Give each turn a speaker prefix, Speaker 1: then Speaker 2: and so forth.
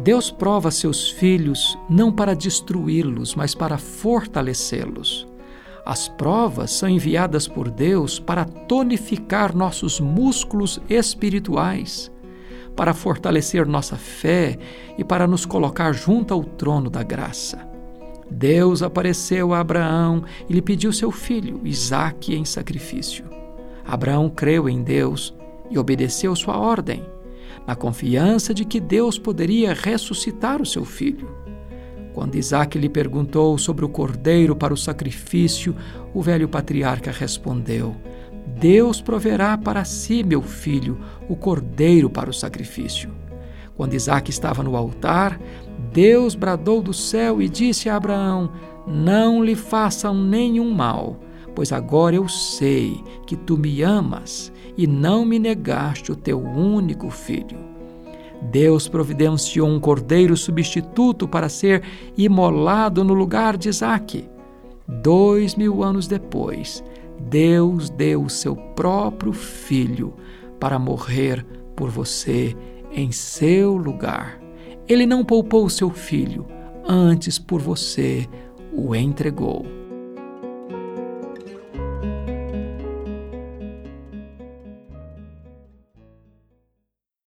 Speaker 1: Deus prova seus filhos não para destruí-los, mas para fortalecê-los. As provas são enviadas por Deus para tonificar nossos músculos espirituais, para fortalecer nossa fé e para nos colocar junto ao trono da graça. Deus apareceu a Abraão e lhe pediu seu filho, Isaque, em sacrifício. Abraão creu em Deus e obedeceu sua ordem, na confiança de que Deus poderia ressuscitar o seu filho. Quando Isaque lhe perguntou sobre o cordeiro para o sacrifício, o velho patriarca respondeu: Deus proverá para si, meu filho, o cordeiro para o sacrifício. Quando Isaque estava no altar, Deus bradou do céu e disse a Abraão: Não lhe façam nenhum mal, pois agora eu sei que tu me amas e não me negaste o teu único filho. Deus providenciou um cordeiro substituto para ser imolado no lugar de Isaque. 2000 anos depois, Deus deu o seu próprio filho para morrer por você em seu lugar. Ele não poupou o seu filho, antes por você o entregou.